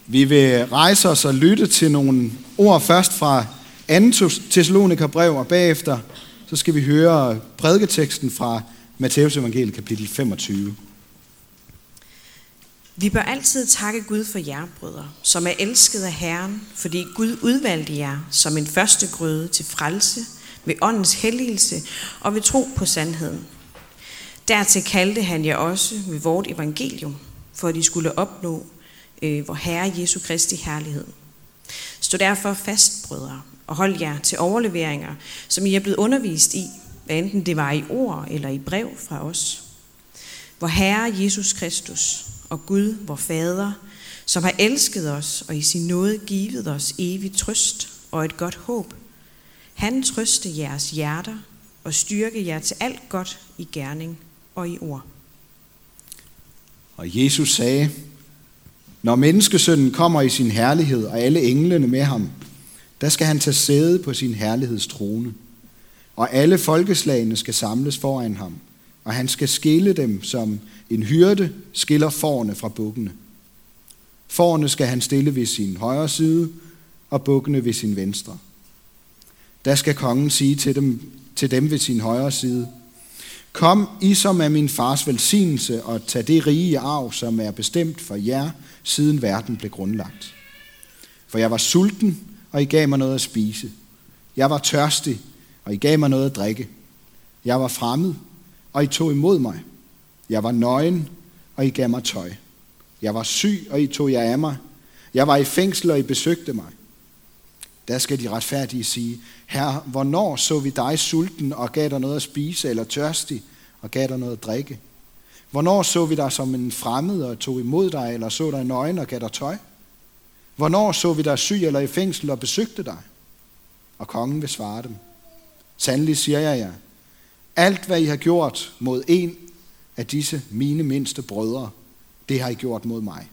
Vi vil rejse os og lytte til nogle ord først fra 2. Thessalonikerbrev, og bagefter så skal vi høre prædiketeksten fra Matthæus evangeliet kapitel 25. Vi bør altid takke Gud for jer, brødre, som er elsket af Herren, fordi Gud udvalgte jer som en første grøde til frelse ved åndens helligelse og ved tro på sandheden. Dertil kaldte han jer også ved vort evangelium, for at I skulle opnå vor Herre Jesu Kristi herlighed. Stå derfor fast, brødre, og hold jer til overleveringer, som I er blevet undervist i, hvad enten det var i ord eller i brev fra os. Vor Herre Jesus Kristus og Gud, vor Fader, som har elsket os og i sin nåde givet os evig trøst og et godt håb. Han trøste jeres hjerter og styrke jer til alt godt i gerning og i ord. Og Jesus sagde, når menneskesønnen kommer i sin herlighed og alle englene med ham, der skal han tage sæde på sin herlighedstrone. Og alle folkeslagene skal samles foran ham, og han skal skille dem, som en hyrde skiller fårene fra bukkene. Fårene skal han stille ved sin højre side, og bukkene ved sin venstre. Der skal kongen sige til dem ved sin højre side, kom, I som er min fars velsignelse, og tag det rige arv, som er bestemt for jer, siden verden blev grundlagt. For jeg var sulten, og I gav mig noget at spise. Jeg var tørstig, og I gav mig noget at drikke. Jeg var fremmed, og I tog imod mig. Jeg var nøgen, og I gav mig tøj. Jeg var syg, og I tog jer af mig. Jeg var i fængsel, og I besøgte mig. Der skal de retfærdige sige, Herre, hvornår så vi dig sulten og gav dig noget at spise, eller tørstig og gav dig noget at drikke? Hvornår så vi dig som en fremmed og tog imod dig, eller så dig nøgen og gav dig tøj? Hvornår så vi dig syg eller i fængsel og besøgte dig? Og kongen vil svare dem, sandelig siger jeg jer, alt hvad I har gjort mod en af disse mine mindste brødre, det har I gjort mod mig.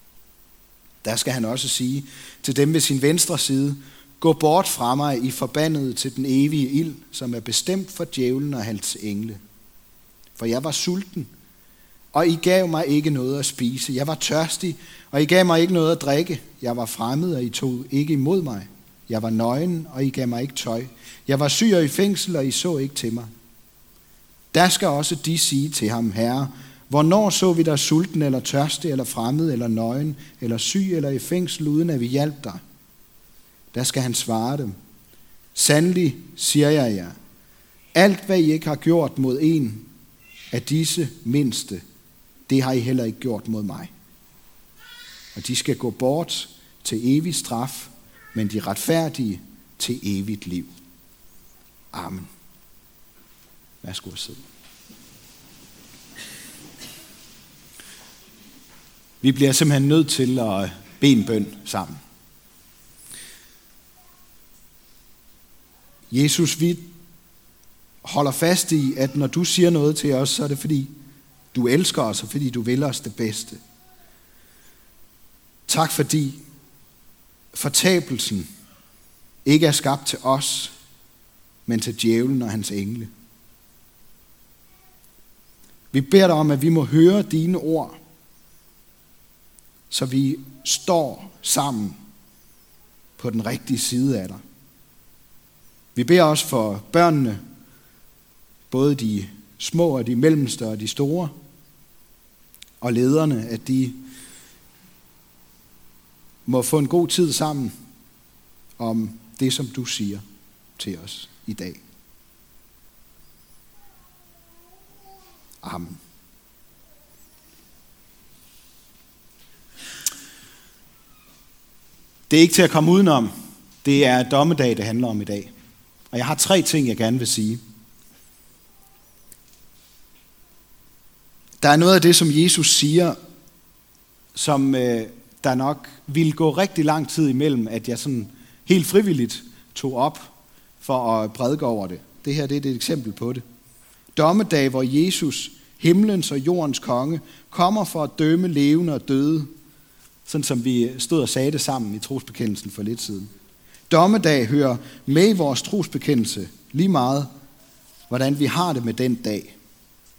Der skal han også sige til dem ved sin venstre side, gå bort fra mig, I forbandede til den evige ild, som er bestemt for djævlen og hans engle. For jeg var sulten, og I gav mig ikke noget at spise. Jeg var tørstig, og I gav mig ikke noget at drikke. Jeg var fremmed, og I tog ikke imod mig. Jeg var nøgen, og I gav mig ikke tøj. Jeg var syg og i fængsel, og I så ikke til mig. Der skal også de sige til ham, Herre, hvornår så vi dig sulten, eller tørstig, eller fremmed, eller nøgen, eller syg, eller i fængsel, uden at vi hjalp dig? Der skal han svare dem, sandelig siger jeg jer, alt hvad I ikke har gjort mod en af disse mindste, det har I heller ikke gjort mod mig. Og de skal gå bort til evig straf, men de retfærdige til evigt liv. Amen. Værsgo at sidde. Vi bliver simpelthen nødt til at bede en bøn sammen. Jesus, vi holder fast i, at når du siger noget til os, så er det fordi, du elsker os, og fordi du vil os det bedste. Tak fordi fortabelsen ikke er skabt til os, men til djævlen og hans engle. Vi beder dig om, at vi må høre dine ord, så vi står sammen på den rigtige side af dig. Vi beder også for børnene, både de små og de mellemste og de store, og lederne, at de må få en god tid sammen om det, som du siger til os i dag. Amen. Det er ikke til at komme udenom. Det er dommedag, det handler om i dag. Og jeg har 3 ting, jeg gerne vil sige. Der er noget af det, som Jesus siger, som der nok ville gå rigtig lang tid imellem, at jeg sådan helt frivilligt tog op for at prædike over det. Det her det er et eksempel på det. Dommedag, hvor Jesus, himlens og jordens konge, kommer for at dømme levende og døde, sådan som vi stod og sagde det sammen i trosbekendelsen for lidt siden. Dommedag hører med i vores trosbekendelse lige meget, hvordan vi har det med den dag.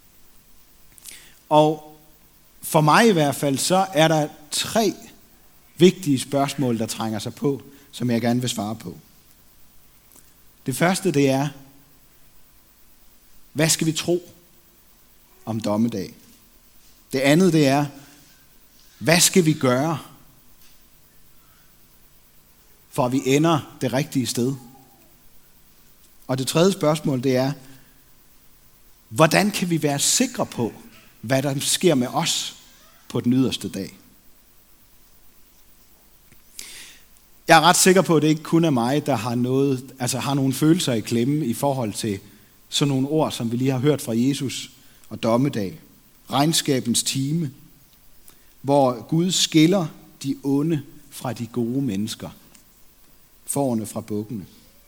Og for mig i hvert fald, så er der 3 vigtige spørgsmål, der trænger sig på, som jeg gerne vil svare på. Det første, det er, hvad skal vi tro om dommedag? Det andet, det er, hvad skal vi gøre, for at vi ender det rigtige sted? Og det tredje spørgsmål, det er, hvordan kan vi være sikre på, hvad der sker med os på den yderste dag? Jeg er ret sikker på, at det ikke kun er mig, der har nogle følelser i klemme i forhold til sådan nogle ord, som vi lige har hørt fra Jesus og dommedag. Regnskabens time, hvor Gud skiller de onde fra de gode mennesker. Fårene fra bukkene.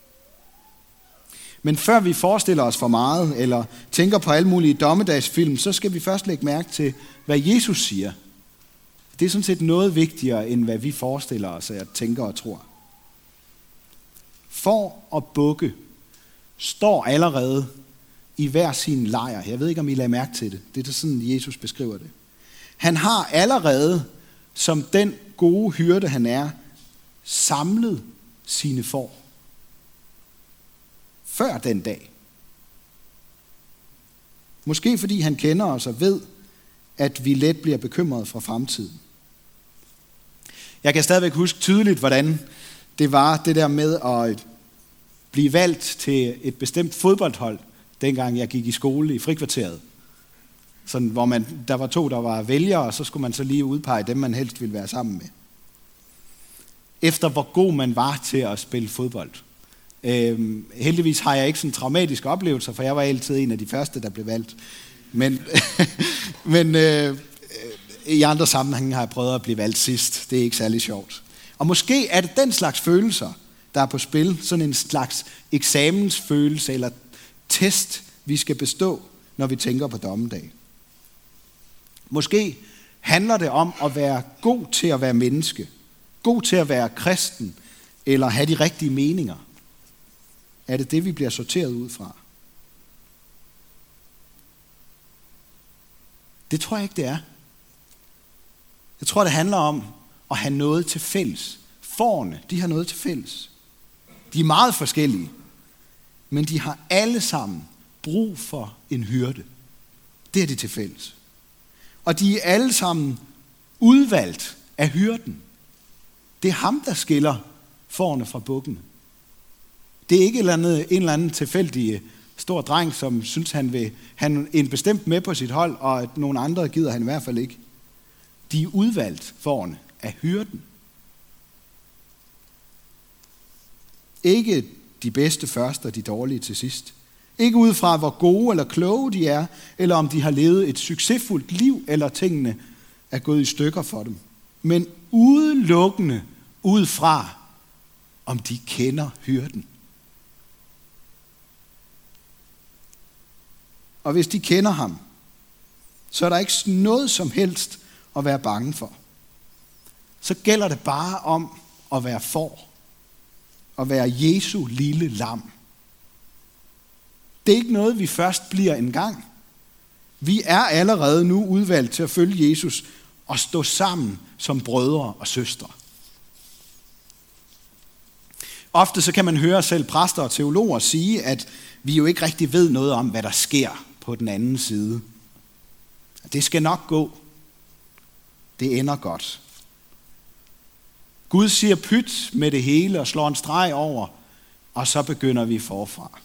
Men før vi forestiller os for meget, eller tænker på alle mulige dommedagsfilm, så skal vi først lægge mærke til, hvad Jesus siger. Det er sådan set noget vigtigere, end hvad vi forestiller os, og tænker og tror. Får og bukke står allerede i hver sin lejr. Jeg ved ikke, om I lader mærke til det. Det er sådan, Jesus beskriver det. Han har allerede, som den gode hyrde han er, samlet sine får. Før den dag. Måske fordi han kender os og ved, at vi let bliver bekymrede for fremtiden. Jeg kan stadigvæk huske tydeligt, hvordan det var det der med at blive valgt til et bestemt fodboldhold, dengang jeg gik i skole i frikvarteret. Sådan, hvor der var 2, der var vælgere, og så skulle man så lige udpege dem, man helst ville være sammen med. Efter hvor god man var til at spille fodbold. Heldigvis har jeg ikke sådan traumatiske oplevelser, for jeg var altid en af de første, der blev valgt. Men i andre sammenhænge har jeg prøvet at blive valgt sidst. Det er ikke særlig sjovt. Og måske er det den slags følelser, der er på spil. Sådan en slags eksamensfølelse eller test, vi skal bestå, når vi tænker på dommedag. Måske handler det om at være god til at være menneske. God til at være kristen. Eller have de rigtige meninger. Er det det, vi bliver sorteret ud fra? Det tror jeg ikke, det er. Jeg tror, det handler om at have noget til fælles. Fårene, de har noget til fælles. De er meget forskellige, men de har alle sammen brug for en hyrde. Det er de til fælles. Og de er alle sammen udvalgt af hyrden. Det er ham, der skiller fårene fra bukkene. Det er ikke en eller anden tilfældig stor dreng, som synes, han vil have en bestemt med på sit hold, og at nogle andre gider han i hvert fald ikke. De er udvalgt fårene af hyrden. Ikke de bedste først og de dårlige til sidst. Ikke ud fra, hvor gode eller kloge de er, eller om de har levet et succesfuldt liv, eller tingene er gået i stykker for dem. Men udelukkende ud fra, om de kender hyrden. Og hvis de kender ham, så er der ikke noget som helst at være bange for. Så gælder det bare om at være får. At være Jesu lille lam. Det er ikke noget, vi først bliver engang. Vi er allerede nu udvalgt til at følge Jesus og stå sammen som brødre og søstre. Ofte så kan man høre selv præster og teologer sige, at vi jo ikke rigtig ved noget om, hvad der sker på den anden side. Det skal nok gå. Det ender godt. Gud siger pyt med det hele og slår en streg over, og så begynder vi forfra.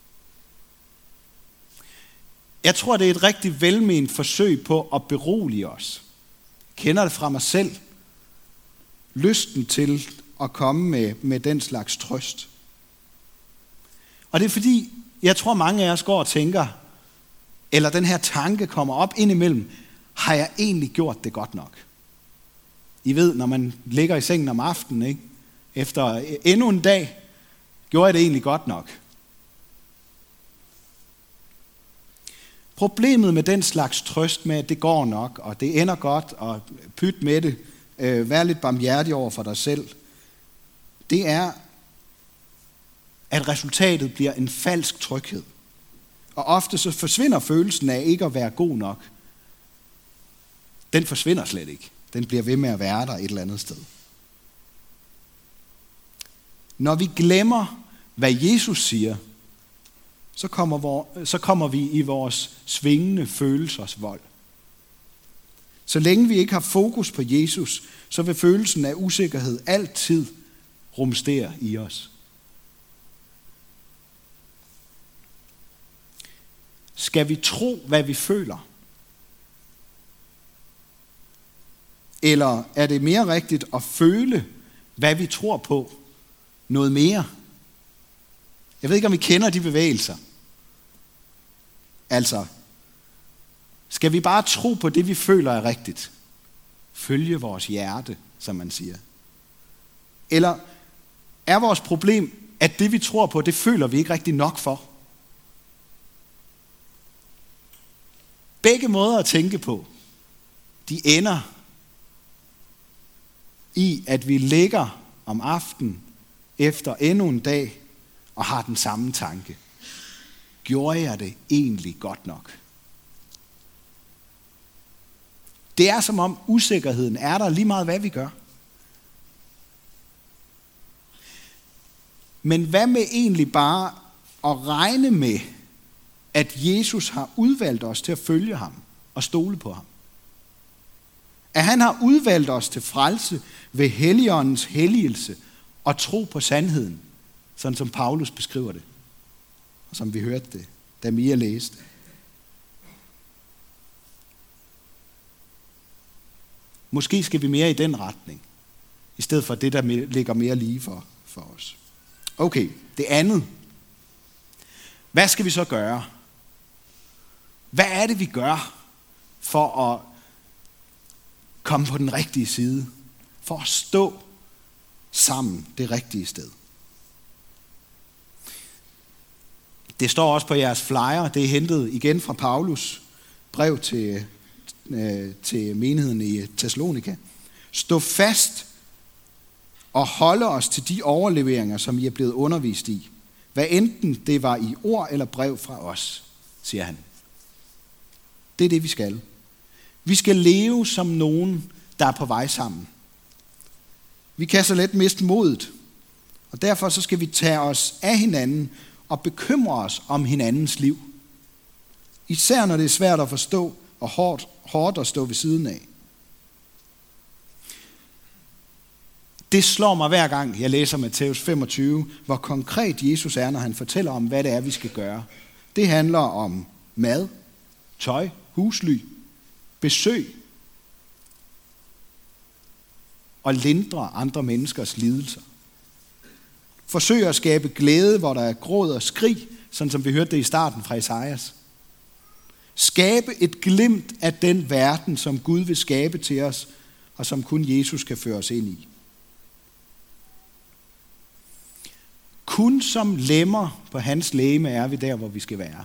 Jeg tror, det er et rigtig velment forsøg på at berolige os. Jeg kender det fra mig selv. Lysten til at komme med den slags trøst. Og det er fordi, jeg tror mange af os går og tænker, eller den her tanke kommer op indimellem, har jeg egentlig gjort det godt nok? I ved, når man ligger i sengen om aftenen, ikke? Efter endnu en dag, gjorde jeg det egentlig godt nok? Problemet med den slags trøst med, at det går nok, og det ender godt, og pyt med det, vær lidt barmhjertig over for dig selv, det er, at resultatet bliver en falsk tryghed. Og ofte så forsvinder følelsen af ikke at være god nok. Den forsvinder slet ikke. Den bliver ved med at være der et eller andet sted. Når vi glemmer, hvad Jesus siger, så kommer vi i vores svingende følelsers vold. Så længe vi ikke har fokus på Jesus, så vil følelsen af usikkerhed altid rumstere i os. Skal vi tro, hvad vi føler? Eller er det mere rigtigt at føle, hvad vi tror på, noget mere? Jeg ved ikke, om I kender de bevægelser. Altså, skal vi bare tro på det, vi føler er rigtigt? Følge vores hjerte, som man siger. Eller er vores problem, at det, vi tror på, det føler vi ikke rigtig nok for? Begge måder at tænke på, de ender i, at vi ligger om aftenen efter endnu en dag og har den samme tanke. Gjorde jeg det egentlig godt nok? Det er som om usikkerheden er der lige meget, hvad vi gør. Men hvad med egentlig bare at regne med, at Jesus har udvalgt os til at følge ham og stole på ham? At han har udvalgt os til frelse ved Helligåndens helligelse og tro på sandheden, sådan som Paulus beskriver det, og som vi hørte det, da Mia læste. Måske skal vi mere i den retning, i stedet for det, der ligger mere lige for os. Okay, det andet. Hvad skal vi så gøre? Hvad er det, vi gør for at komme på den rigtige side? For at stå sammen det rigtige sted. Det står også på jeres flyer. Det er hentet igen fra Paulus brev til menigheden i Thessalonika. Stå fast og holde os til de overleveringer, som I er blevet undervist i. Hvad enten det var i ord eller brev fra os, siger han. Det er det, vi skal. Vi skal leve som nogen, der er på vej sammen. Vi kan så let miste modet, og derfor så skal vi tage os af hinanden og bekymre os om hinandens liv. Især når det er svært at forstå og hårdt at stå ved siden af. Det slår mig hver gang, jeg læser Matthæus 25, hvor konkret Jesus er, når han fortæller om, hvad det er, vi skal gøre. Det handler om mad, tøj, husly, besøg og lindre andre menneskers lidelser. Forsøg at skabe glæde, hvor der er gråd og skrig, sådan som vi hørte det i starten fra Esajas. Skabe et glimt af den verden, som Gud vil skabe til os, og som kun Jesus kan føre os ind i. Kun som lemmer på hans legeme er vi der, hvor vi skal være.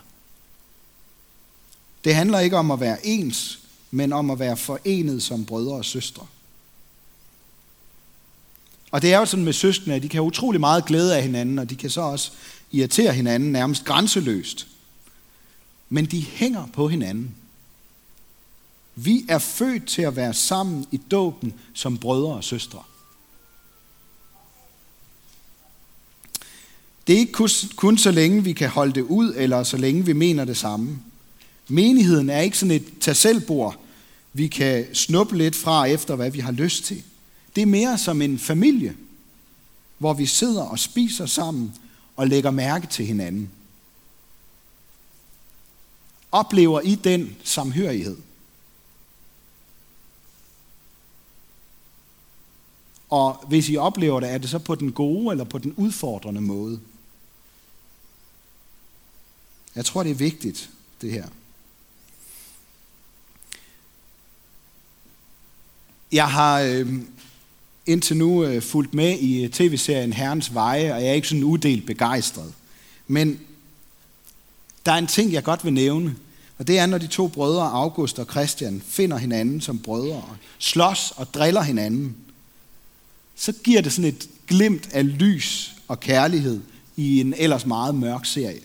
Det handler ikke om at være ens, men om at være forenet som brødre og søstre. Og det er jo sådan med søskende, at de kan have utrolig meget glæde af hinanden, og de kan så også irritere hinanden nærmest grænseløst. Men de hænger på hinanden. Vi er født til at være sammen i dåben som brødre og søstre. Det er ikke kun så længe vi kan holde det ud, eller så længe vi mener det samme. Menigheden er ikke sådan et tag-selv-bord, vi kan snuppe lidt fra efter, hvad vi har lyst til. Det er mere som en familie, hvor vi sidder og spiser sammen og lægger mærke til hinanden. Oplever I den samhørighed? Og hvis I oplever det, er det så på den gode eller på den udfordrende måde? Jeg tror, det er vigtigt, det her. Jeg har indtil nu fulgt med i tv-serien Herrens Veje, og jeg er ikke sådan udelt begejstret. Men der er en ting, jeg godt vil nævne, og det er, når de to brødre, August og Christian, finder hinanden som brødre, og slås og driller hinanden, så giver det sådan et glimt af lys og kærlighed i en ellers meget mørk serie.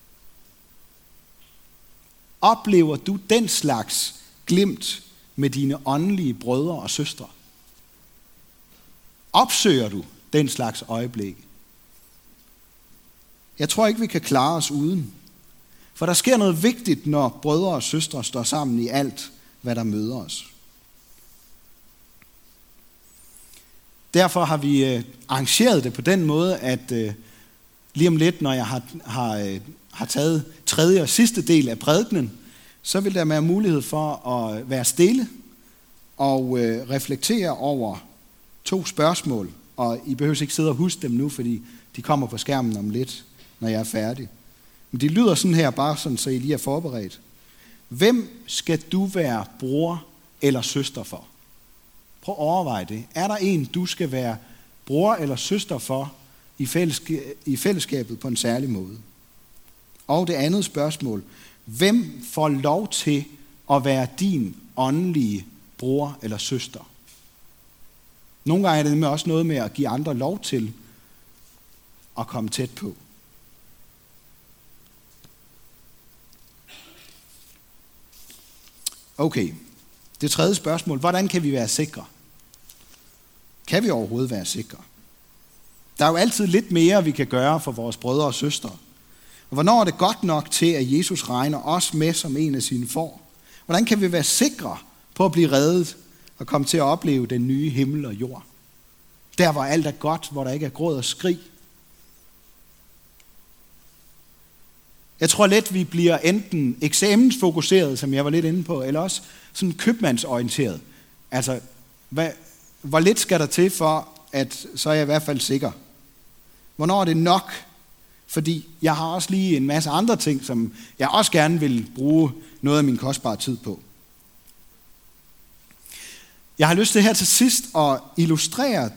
Oplever du den slags glimt med dine åndelige brødre og søstre? Opsøger du den slags øjeblikke? Jeg tror ikke, vi kan klare os uden. For der sker noget vigtigt, når brødre og søstre står sammen i alt, hvad der møder os. Derfor har vi arrangeret det på den måde, at lige om lidt, når jeg har taget tredje og sidste del af prædikenen, så vil der være mulighed for at være stille og reflektere over 2 spørgsmål. Og I behøver ikke sidde og huske dem nu, fordi de kommer på skærmen om lidt, når jeg er færdig. Men de lyder sådan her, bare sådan, så I lige er forberedt. Hvem skal du være bror eller søster for? Prøv at overveje det. Er der en, du skal være bror eller søster for i fællesskabet på en særlig måde? Og det andet spørgsmål. Hvem får lov til at være din åndelige bror eller søster? Nogle gange er det nemlig også noget med at give andre lov til at komme tæt på. Okay, det tredje spørgsmål. Hvordan kan vi være sikre? Kan vi overhovedet være sikre? Der er jo altid lidt mere, vi kan gøre for vores brødre og søstre. Og hvornår er det godt nok til, at Jesus regner os med som en af sine får? Hvordan kan vi være sikre på at blive reddet og komme til at opleve den nye himmel og jord? Der, hvor alt er godt, hvor der ikke er gråd og skrig. Jeg tror let, vi bliver enten eksamensfokuseret, som jeg var lidt inde på, eller også sådan købmandsorienteret. Altså, hvor lidt skal der til for, at så er jeg i hvert fald sikker? Hvornår er det nok? Fordi jeg har også lige en masse andre ting, som jeg også gerne vil bruge noget af min kostbare tid på. Jeg har lyst til her til sidst at illustrere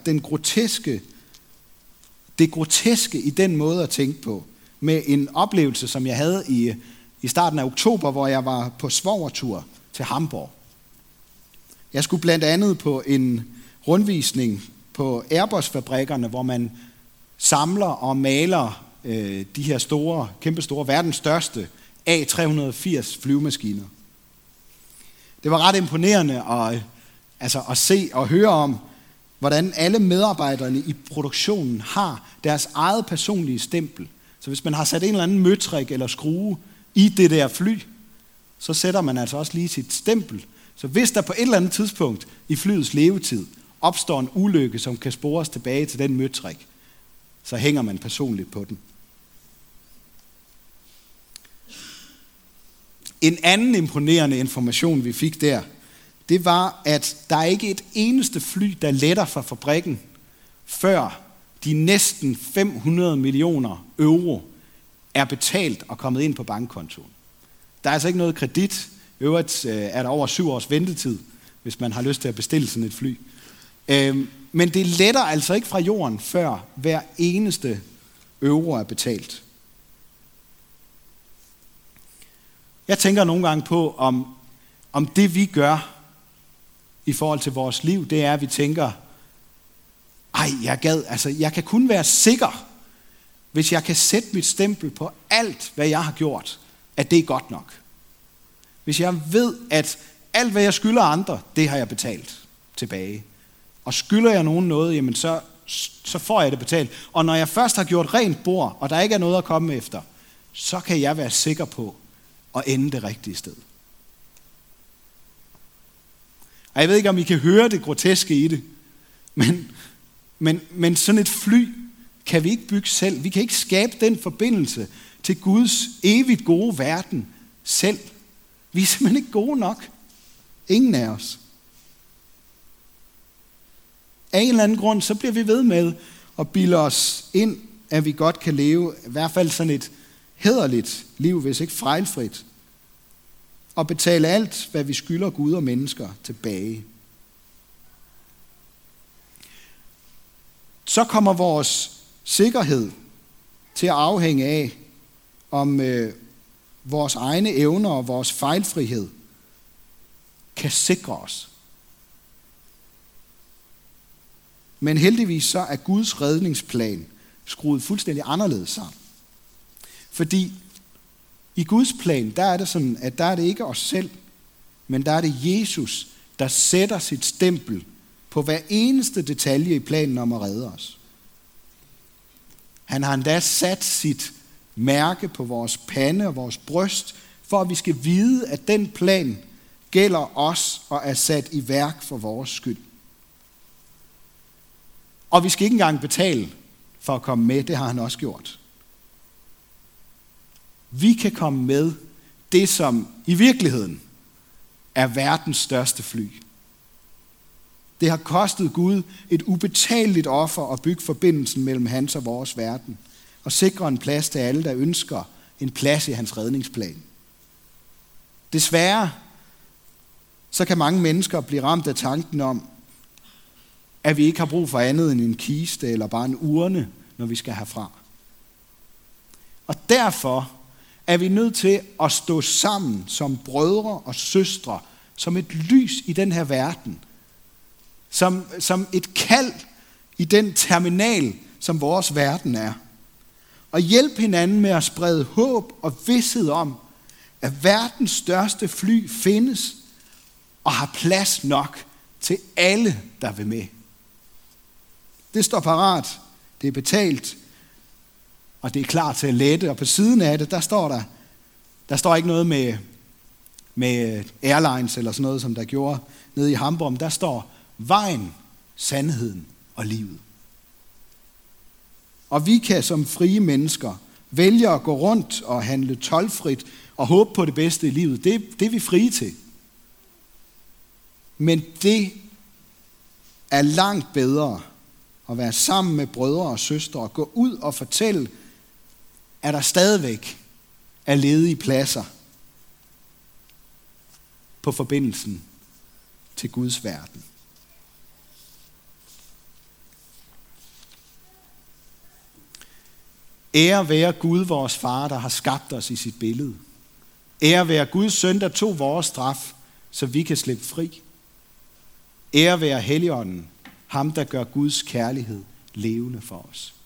det groteske i den måde at tænke på, med en oplevelse, som jeg havde i starten af oktober, hvor jeg var på svogertur til Hamburg. Jeg skulle blandt andet på en rundvisning på Airbus-fabrikkerne, hvor man samler og maler de her kæmpestore, verdens største A380 flyvemaskiner. Det var ret imponerende at se og høre om, hvordan alle medarbejderne i produktionen har deres eget personlige stempel. Så hvis man har sat en eller anden møtrik eller skrue i det der fly, så sætter man altså også lige sit stempel. Så hvis der på et eller andet tidspunkt i flyets levetid opstår en ulykke, som kan spores tilbage til den møtrik, så hænger man personligt på den. En anden imponerende information, vi fik der, det var, at der er ikke et eneste fly, der letter fra fabrikken, før de næsten 500 millioner euro er betalt og kommet ind på bankkontoen. Der er altså ikke noget kredit. I øvrigt er der over 7 års ventetid, hvis man har lyst til at bestille sådan et fly. Men det letter altså ikke fra jorden, før hver eneste euro er betalt. Jeg tænker nogle gange på, om det vi gør i forhold til vores liv, det er, at vi tænker, jeg kan kun være sikker, hvis jeg kan sætte mit stempel på alt, hvad jeg har gjort, at det er godt nok. Hvis jeg ved, at alt, hvad jeg skylder andre, det har jeg betalt tilbage. Og skylder jeg nogen noget, jamen så får jeg det betalt. Og når jeg først har gjort rent bord, og der ikke er noget at komme efter, så kan jeg være sikker på at ende det rigtige sted. Og jeg ved ikke, om I kan høre det groteske i det, men sådan et fly kan vi ikke bygge selv. Vi kan ikke skabe den forbindelse til Guds evigt gode verden selv. Vi er simpelthen ikke gode nok. Ingen af os. Af en eller anden grund, så bliver vi ved med at bilde os ind, at vi godt kan leve i hvert fald sådan et hæderligt liv, hvis ikke fejlfrit. Og betale alt, hvad vi skylder Gud og mennesker tilbage. Så kommer vores sikkerhed til at afhænge af, om vores egne evner og vores fejlfrihed kan sikre os. Men heldigvis så er Guds redningsplan skruet fuldstændig anderledes sammen. Fordi i Guds plan, der er det sådan, at der er det ikke os selv, men der er det Jesus, der sætter sit stempel på hver eneste detalje i planen om at redde os. Han har endda sat sit mærke på vores pande og vores bryst, for at vi skal vide, at den plan gælder os og er sat i værk for vores skyld. Og vi skal ikke engang betale for at komme med, det har han også gjort. Vi kan komme med det, som i virkeligheden er verdens største fly. Det har kostet Gud et ubetaleligt offer at bygge forbindelsen mellem hans og vores verden, og sikre en plads til alle, der ønsker en plads i hans redningsplan. Desværre så kan mange mennesker blive ramt af tanken om, at vi ikke har brug for andet end en kiste eller bare en urne, når vi skal herfra. Og derfor er vi nødt til at stå sammen som brødre og søstre, som et lys i den her verden, som et kald i den terminal, som vores verden er. Og hjælpe hinanden med at sprede håb og vished om, at verdens største fly findes og har plads nok til alle, der vil med. Det står parat, det er betalt, og det er klar til at lette. Og på siden af det, der står ikke noget med airlines eller sådan noget, som der gjorde nede i Hamburg. Der står vejen, sandheden og livet. Og vi kan som frie mennesker vælge at gå rundt og handle toldfrit og håbe på det bedste i livet. Det er vi frie til. Men det er langt bedre at være sammen med brødre og søstre og gå ud og fortælle, at der stadigvæk er ledige pladser på forbindelsen til Guds verden. Ære være Gud, vores far, der har skabt os i sit billede. Ære være Guds søn, der tog vores straf, så vi kan slippe fri. Ære være Helligånden, ham der gør Guds kærlighed levende for os.